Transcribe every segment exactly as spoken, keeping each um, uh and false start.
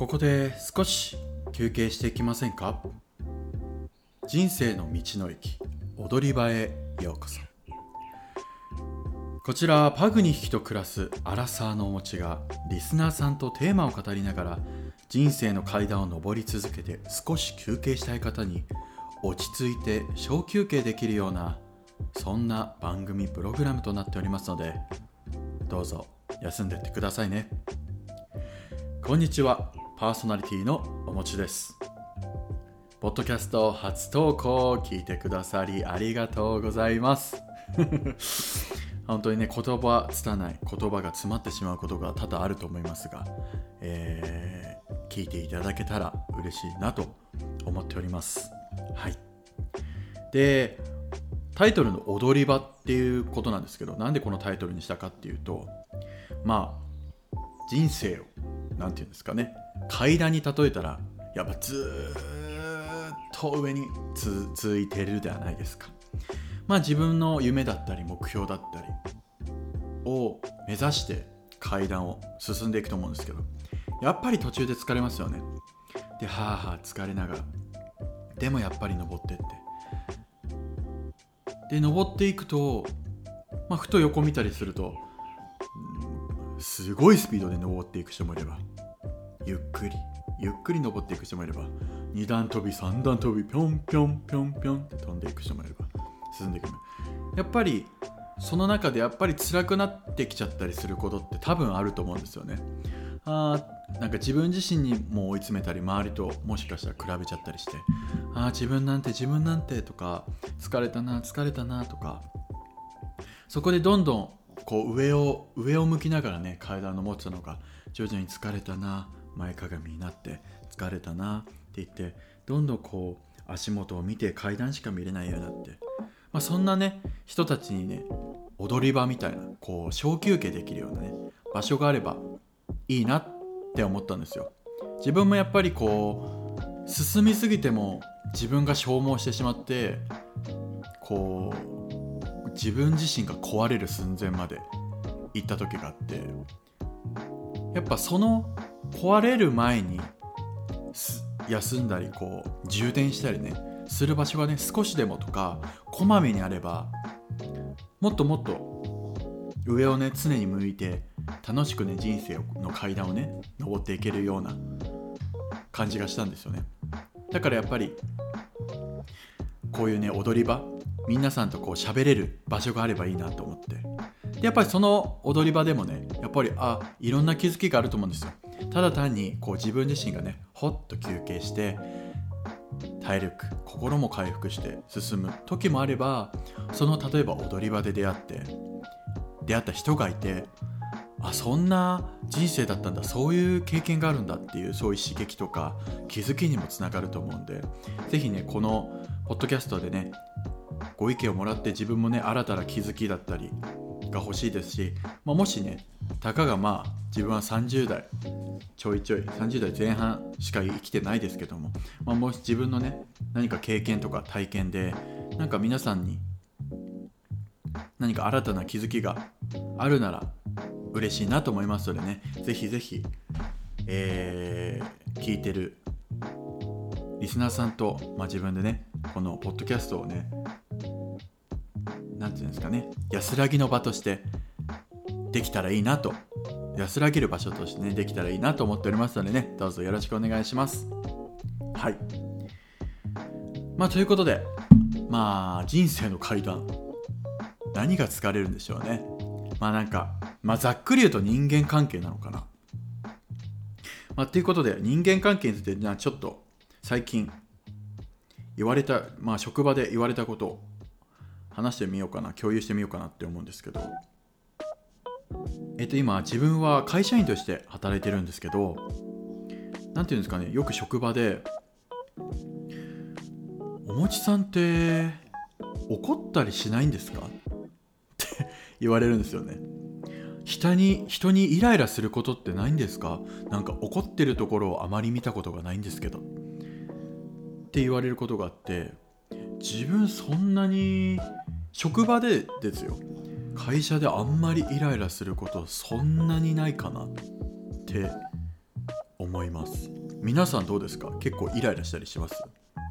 ここで少し休憩していきませんか？人生の道の駅踊り場へようこそ。こちらパグに匹と暮らすアラサーのおもちがリスナーさんとテーマを語りながら人生の階段を上り続けて少し休憩したい方に落ち着いて小休憩できるようなそんな番組プログラムとなっておりますので、どうぞ休んでってくださいね。こんにちは、パーソナリティのおもちです。ポッドキャスト初投稿を聞いてくださりありがとうございます本当にね、言葉拙ない言葉が詰まってしまうことが多々あると思いますが、えー、聞いていただけたら嬉しいなと思っております。はい。で、タイトルの踊り場っていうことなんですけど、なんでこのタイトルにしたかっていうと、まあ人生をなんていうんですかね、階段に例えたらやっぱずーっと上につ続いてるではないですか。まあ自分の夢だったり目標だったりを目指して階段を進んでいくと思うんですけど、やっぱり途中で疲れますよね。で、はあはあ疲れながらでもやっぱり登ってってで登っていくと、まあ、ふと横見たりすると、うん、すごいスピードで登っていく人もいれば、ゆっくりゆっくり登っていく人もいれば、に段跳びさん段跳びぴょんぴょんぴょんぴょんって飛んでいく人もいれば、進んでいく。やっぱりその中でやっぱり辛くなってきちゃったりすることって多分あると思うんですよね。あーなんか自分自身にも追い詰めたり、周りともしかしたら比べちゃったりして、あー自分なんて自分なんてとか、疲れたな疲れたなとか、そこでどんどんこう上を上を向きながらね階段を登ってたのが、徐々に疲れたな、前かがみになって疲れたなって言って、どんどんこう足元を見て階段しか見れないようになって、まあ、そんなね人たちにね、踊り場みたいなこう小休憩できるようなね場所があればいいなって思ったんですよ。自分もやっぱりこう進みすぎても自分が消耗してしまって、こう自分自身が壊れる寸前まで行った時があって、やっぱその壊れる前に休んだりこう充電したりねする場所がね少しでもとかこまめにあれば、もっともっと上をね常に向いて楽しくね人生の階段をね登っていけるような感じがしたんですよね。だからやっぱりこういうね踊り場、皆さんとこう喋れる場所があればいいなと思って、でやっぱりその踊り場でもねやっぱりあいろんな気づきがあると思うんですよ。ただ単にこう自分自身がねほっと休憩して体力心も回復して進む時もあれば、その例えば踊り場で出会って出会った人がいて、あそんな人生だったんだ、そういう経験があるんだっていう、そういう刺激とか気づきにもつながると思うんで、ぜひねこのポッドキャストでねご意見をもらって、自分もね新たな気づきだったりが欲しいですし、まあ、もしねたかがまあ自分はさんじゅう代ちょいちょいさんじゅう代前半しか生きてないですけども、まあ、もし自分のね何か経験とか体験でなんか皆さんに何か新たな気づきがあるなら嬉しいなと思いますのでね、ぜひぜひ、えー、聞いてるリスナーさんと、まあ、自分でねこのポッドキャストをねなんていうんですかね、安らぎの場としてできたらいいなと、安らげる場所としてねできたらいいなと思っておりますのでね、どうぞよろしくお願いします。はい。まあということで、まあ人生の階段何が疲れるんでしょうね。まあなんかまあざっくり言うと人間関係なのかな。まあということで、人間関係についてちょっと最近言われた、まあ職場で言われたことを話してみようかな、共有してみようかなって思うんですけど、えっと今自分は会社員として働いてるんですけど、なんていうんですかね、よく職場でおもちさんって怒ったりしないんですかって言われるんですよね。人に人にイライラすることってないんですか？なんか怒ってるところをあまり見たことがないんですけどって言われることがあって、自分そんなに職場でですよ、会社であんまりイライラすることそんなにないかなって思います。皆さんどうですか？結構イライラしたりします？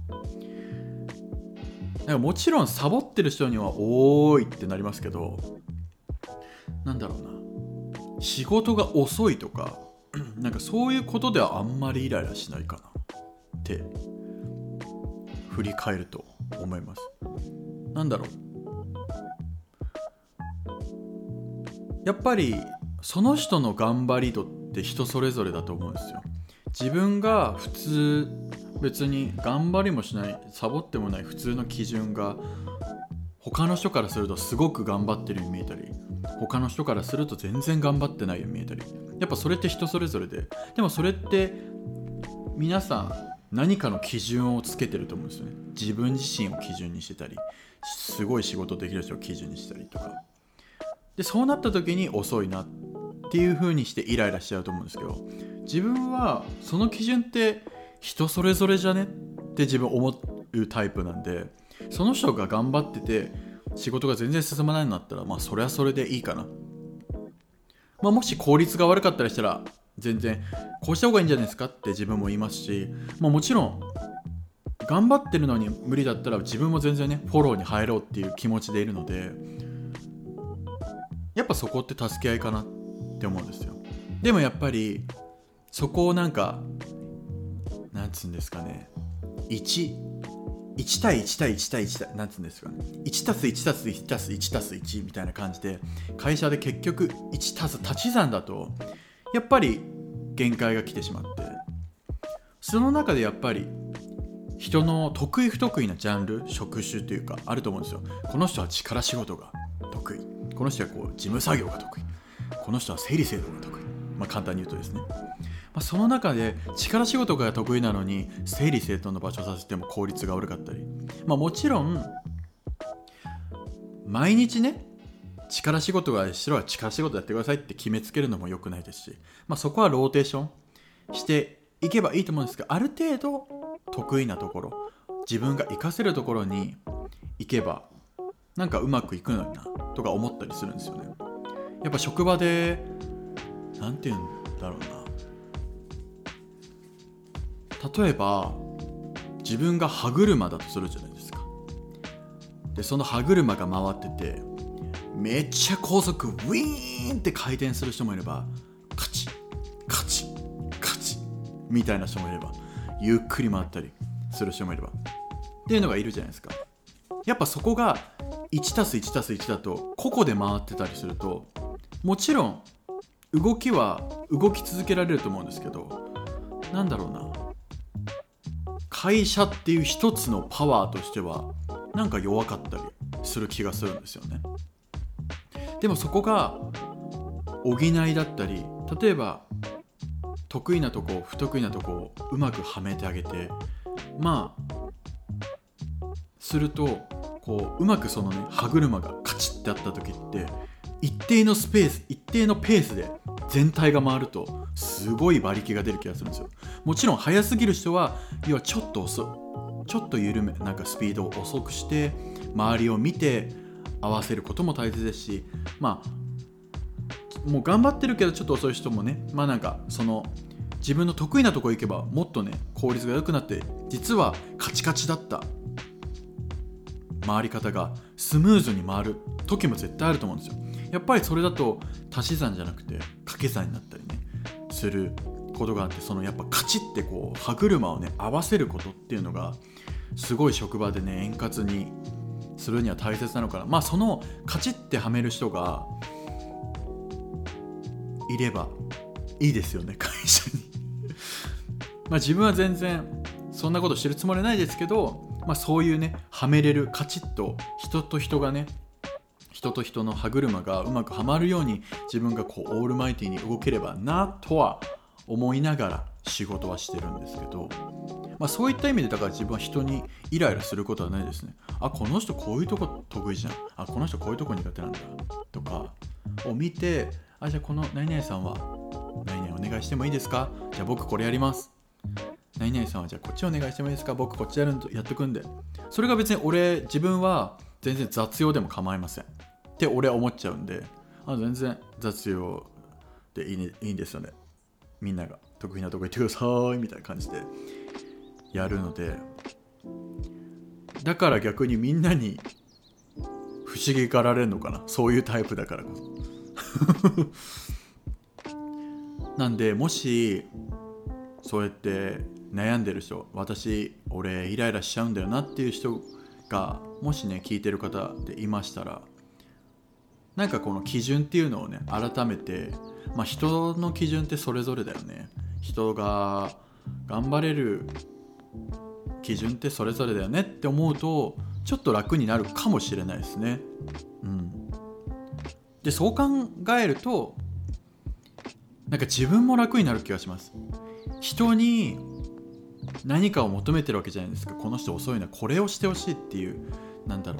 なんかもちろんサボってる人にはおーいってなりますけど、なんだろうな、仕事が遅いとかなんかそういうことではあんまりイライラしないかなって振り返ると思います。なんだろう、やっぱりその人の頑張り度って人それぞれだと思うんですよ。自分が普通、別に頑張りもしない、サボってもない普通の基準が他の人からするとすごく頑張ってるように見えたり、他の人からすると全然頑張ってないように見えたり、やっぱそれって人それぞれで、でもそれって皆さん何かの基準をつけてると思うんですよね。自分自身を基準にしてたり、すごい仕事できる人を基準にしたりとかで、そうなった時に遅いなっていう風にしてイライラしちゃうと思うんですけど、自分はその基準って人それぞれじゃねって自分思うタイプなんで、その人が頑張ってて仕事が全然進まないんだったら、まあそれはそれでいいかな。まあ、もし効率が悪かったりしたら全然こうした方がいいんじゃないですかって自分も言いますし、まあ、もちろん頑張ってるのに無理だったら自分も全然ねフォローに入ろうっていう気持ちでいるので、やっぱそこって助け合いかなって思うんですよ。でもやっぱりそこをなんかなんつうんですかね、1 1対1対1対1対なんつうんですかね、いちたすいちたすいちたすいちたすいちみたいな感じで会社で結局いちたす足し算だとやっぱり限界が来てしまって、その中でやっぱり人の得意不得意なジャンル、職種というかあると思うんですよ。この人は力仕事が得意、この人はこう事務作業が得意、この人は整理整頓が得意、まあ簡単に言うとですね、まあ、その中で力仕事が得意なのに整理整頓の場所をさせても効率が悪かったり、まあもちろん毎日ね力仕事がしろは力仕事やってくださいって決めつけるのも良くないですし、まあそこはローテーションしていけばいいと思うんですが、ある程度得意なところ、自分が活かせるところに行けばなんかうまくいくのになとか思ったりするんですよね。やっぱ職場でなんて言うんだろうな、例えば自分が歯車だとするじゃないですか。でその歯車が回っててめっちゃ高速ウィーンって回転する人もいれば、カチッカチッカチッみたいな人もいれば、ゆっくり回ったりする人もいればっていうのがいるじゃないですか。やっぱそこがいちたすいちたすいちだと個々で回ってたりすると、もちろん動きは動き続けられると思うんですけど、なんだろうな、会社っていう一つのパワーとしてはなんか弱かったりする気がするんですよね。でもそこが補いだったり、例えば得意なとこ不得意なとこをうまくはめてあげて、まあするとこううまくそのね歯車がカチッてあった時って一定のスペース一定のペースで全体が回るとすごい馬力が出る気がするんですよ。もちろん速すぎる人は要はちょっと遅ちょっと緩めなんかスピードを遅くして周りを見て合わせることも大切ですし、まあもう頑張ってるけどちょっと遅い人もね、まあなんかその自分の得意なところ行けばもっとね効率が良くなって、実はカチカチだった回り方がスムーズに回る時も絶対あると思うんですよ。やっぱりそれだと足し算じゃなくて掛け算になったりねすることがあって、そのやっぱカチッてこう歯車をね合わせることっていうのがすごい職場でね円滑にするには大切なのかな。まあそのカチッてはめる人がいればいいですよね、会社にまあ自分は全然そんなことしてるつもりないですけど、まあそういうねはめれるカチッと人と人がね人と人の歯車がうまくはまるように自分がこうオールマイティに動ければなとは思いながら仕事はしてるんですけど、まあそういった意味でだから自分は人にイライラすることはないですね。あ、この人こういうとこ得意じゃん、あ、この人こういうとこ苦手なんだとかを見て、あ、じゃあこの何々さんは何々お願いしてもいいですか、じゃあ僕これやります、何々さんはじゃあこっちお願いしてもいいですか、僕こっちやるんやっとくんで、それが別に俺自分は全然雑用でも構いませんって俺は思っちゃうんで、あ、全然雑用でいい、ね、いいんですよね、みんなが得意なとこ行ってくださいみたいな感じでやるので、だから逆にみんなに不思議がられるのかな、そういうタイプだからこそなんで、もしそうやって悩んでる人、私俺イライラしちゃうんだよなっていう人がもしね聞いてる方でいましたら、なんかこの基準っていうのをね改めて、まあ人の基準ってそれぞれだよね。人が頑張れる基準ってそれぞれだよねって思うとちょっと楽になるかもしれないですね。うん。でそう考えるとなんか自分も楽になる気がします。人に何かを求めてるわけじゃないですか。この人遅いな、これをしてほしいっていう、なんだろう、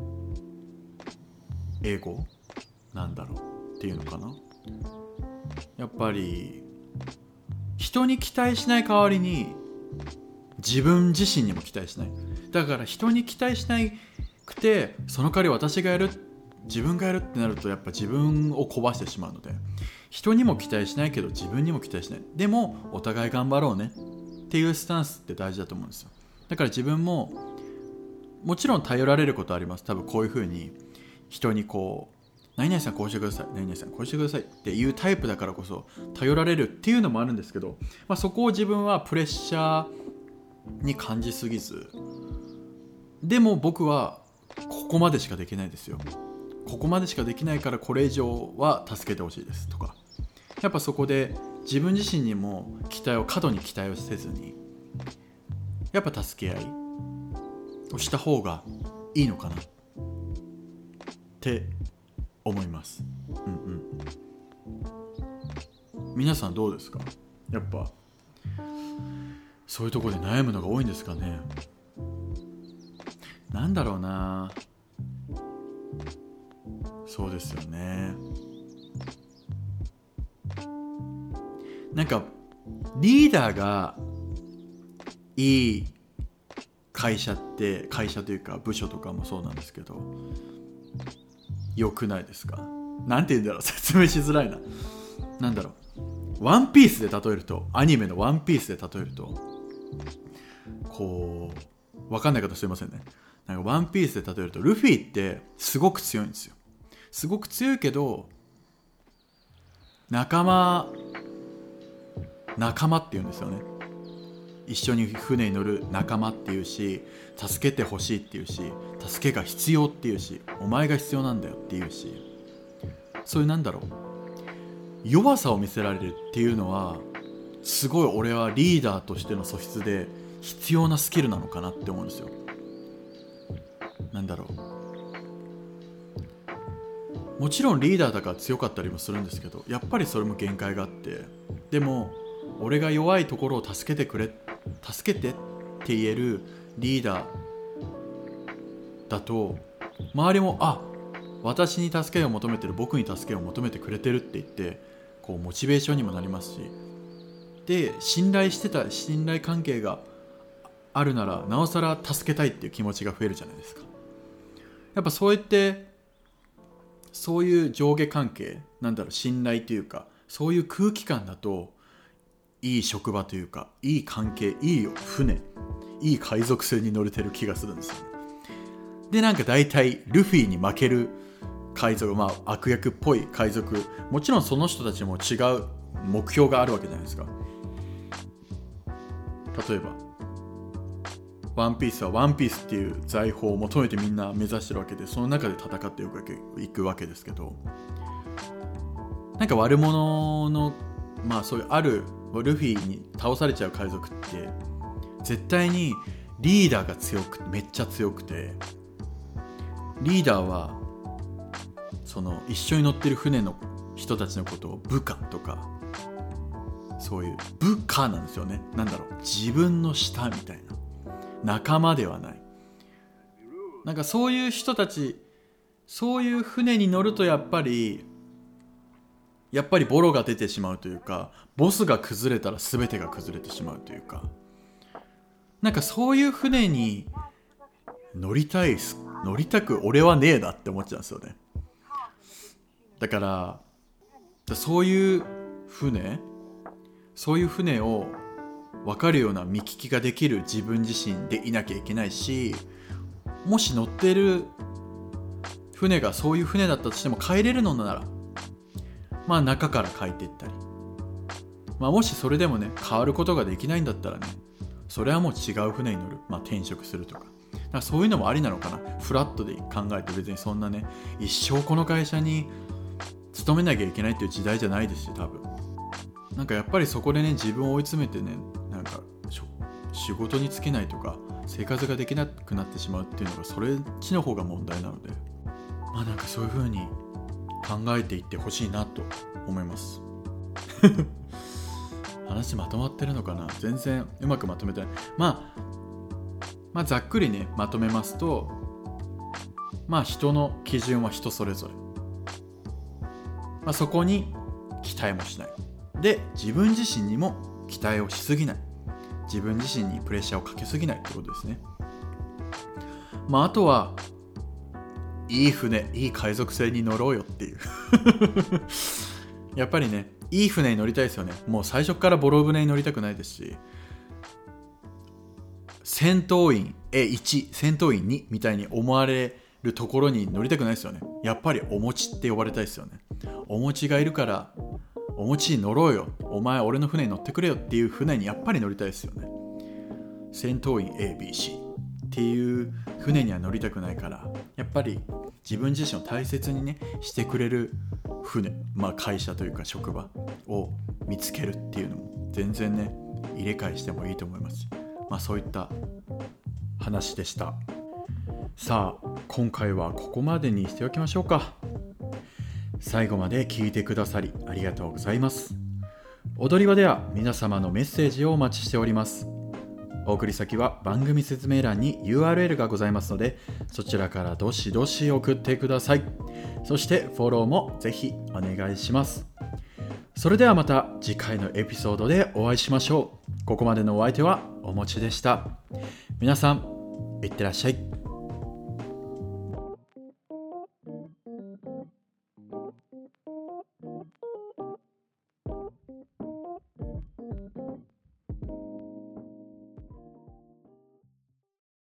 英語なんだろうっていうのかな。やっぱり人に期待しない代わりに自分自身にも期待しない。だから人に期待しなくて、その代わり私がやる、自分がやるってなるとやっぱ自分を壊してしまうので、人にも期待しないけど自分にも期待しない。でもお互い頑張ろうねっていうスタンスって大事だと思うんですよ。だから自分ももちろん頼られることあります。多分こういう風に人にこう何々さんこうしてください、何々さんこうしてくださいっていうタイプだからこそ頼られるっていうのもあるんですけど、まあ、そこを自分はプレッシャーに感じすぎず、でも僕はここまでしかできないですよ、ここまでしかできないからこれ以上は助けてほしいですとか、やっぱそこで自分自身にも期待を過度に期待をせずに、やっぱ助け合いをした方がいいのかなって思います。うんうん。皆さんどうですか？やっぱそういうところで悩むのが多いんですかね。なんだろうな。そうですよね。なんかリーダーがいい会社って会社というか部署とかもそうなんですけど、良くないですか？なんて言うんだろう、説明しづらいな。なんだろう、ワンピースで例えると、アニメのワンピースで例えると、こう分かんない方すいませんね。なんかワンピースで例えるとルフィってすごく強いんですよ。すごく強いけど仲間仲間って言うんですよね。一緒に船に乗る仲間っていうし、助けてほしいっていうし、助けが必要っていうし、お前が必要なんだよっていうし、そういうなんだろう、弱さを見せられるっていうのはすごい俺はリーダーとしての素質で必要なスキルなのかなって思うんですよ。なんだろう、もちろんリーダーだから強かったりもするんですけど、やっぱりそれも限界があって、でも俺が弱いところを助けてくれ、助けてって言えるリーダーだと、周りもあ、私に助けを求めてる、僕に助けを求めてくれてるって言って、こうモチベーションにもなりますし、で信頼してた信頼関係があるならなおさら助けたいっていう気持ちが増えるじゃないですか。やっぱそうやってそういう上下関係、なんだろう、信頼というかそういう空気感だといい職場というか、いい関係、いい船、いい海賊船に乗れてる気がするんですよ。でなんか大体ルフィに負ける海賊、まあ悪役っぽい海賊、もちろんその人たちも違う目標があるわけじゃないですか。例えばワンピースはワンピースっていう財宝を求めてみんな目指してるわけで、その中で戦っていくわけですけど、なんか悪者のまあそういうあるルフィに倒されちゃう海賊って絶対にリーダーが強くめっちゃ強くて、リーダーはその一緒に乗ってる船の人たちのことを部下とか、そういう部下なんですよね。なんだろう、自分の下みたいな、仲間ではない。なんかそういう人たち、そういう船に乗るとやっぱりやっぱりボロが出てしまうというか、ボスが崩れたら全てが崩れてしまうというか、なんかそういう船に乗りたい、乗りたく俺はねえなって思っちゃうんですよね。だからそういう船、 そういう船を分かるような見聞きができる自分自身でいなきゃいけないし、もし乗ってる船がそういう船だったとしても帰れるのなら、まあ中から帰っていったり、まあもしそれでもね変わることができないんだったらね、それはもう違う船に乗る、まあ転職するとか、だからそういうのもありなのかな。フラットで考えて、別にそんなね一生この会社に勤めなきゃいけないっていう時代じゃないですし、多分なんかやっぱりそこでね自分を追い詰めてね、なんか仕事に就けないとか生活ができなくなってしまうっていうのが、それっちの方が問題なので、まあなんかそういう風に考えていってほしいなと思います話まとまってるのかな。全然うまくまとめてない。まあまあざっくりねまとめますと、まあ人の基準は人それぞれ、まあ、そこに期待もしないで、自分自身にも期待をしすぎない、自分自身にプレッシャーをかけすぎないってことですね。まああとはいい船、いい海賊船に乗ろうよっていうやっぱりねいい船に乗りたいですよね。もう最初からボロ船に乗りたくないですし、戦闘員いち、戦闘員にみたいに思われるところに乗りたくないですよね。やっぱりお持ちって呼ばれたいですよね。お持ちがいるからお持ちに乗ろうよ、お前俺の船に乗ってくれよっていう船にやっぱり乗りたいですよね。戦闘員 エービーシー っていう船には乗りたくないから、やっぱり自分自身を大切にねしてくれる船、まあ会社というか職場を見つけるっていうのも全然ね入れ替えしてもいいと思います。まあそういった話でした。さあ今回はここまでにしておきましょうか。最後まで聞いてくださりありがとうございます。踊り場では皆様のメッセージをお待ちしております。お送り先は番組説明欄に ユーアールエル がございますので、そちらからどしどし送ってください。そしてフォローもぜひお願いします。それではまた次回のエピソードでお会いしましょう。ここまでのお相手はおもちでした。皆さんいってらっしゃい。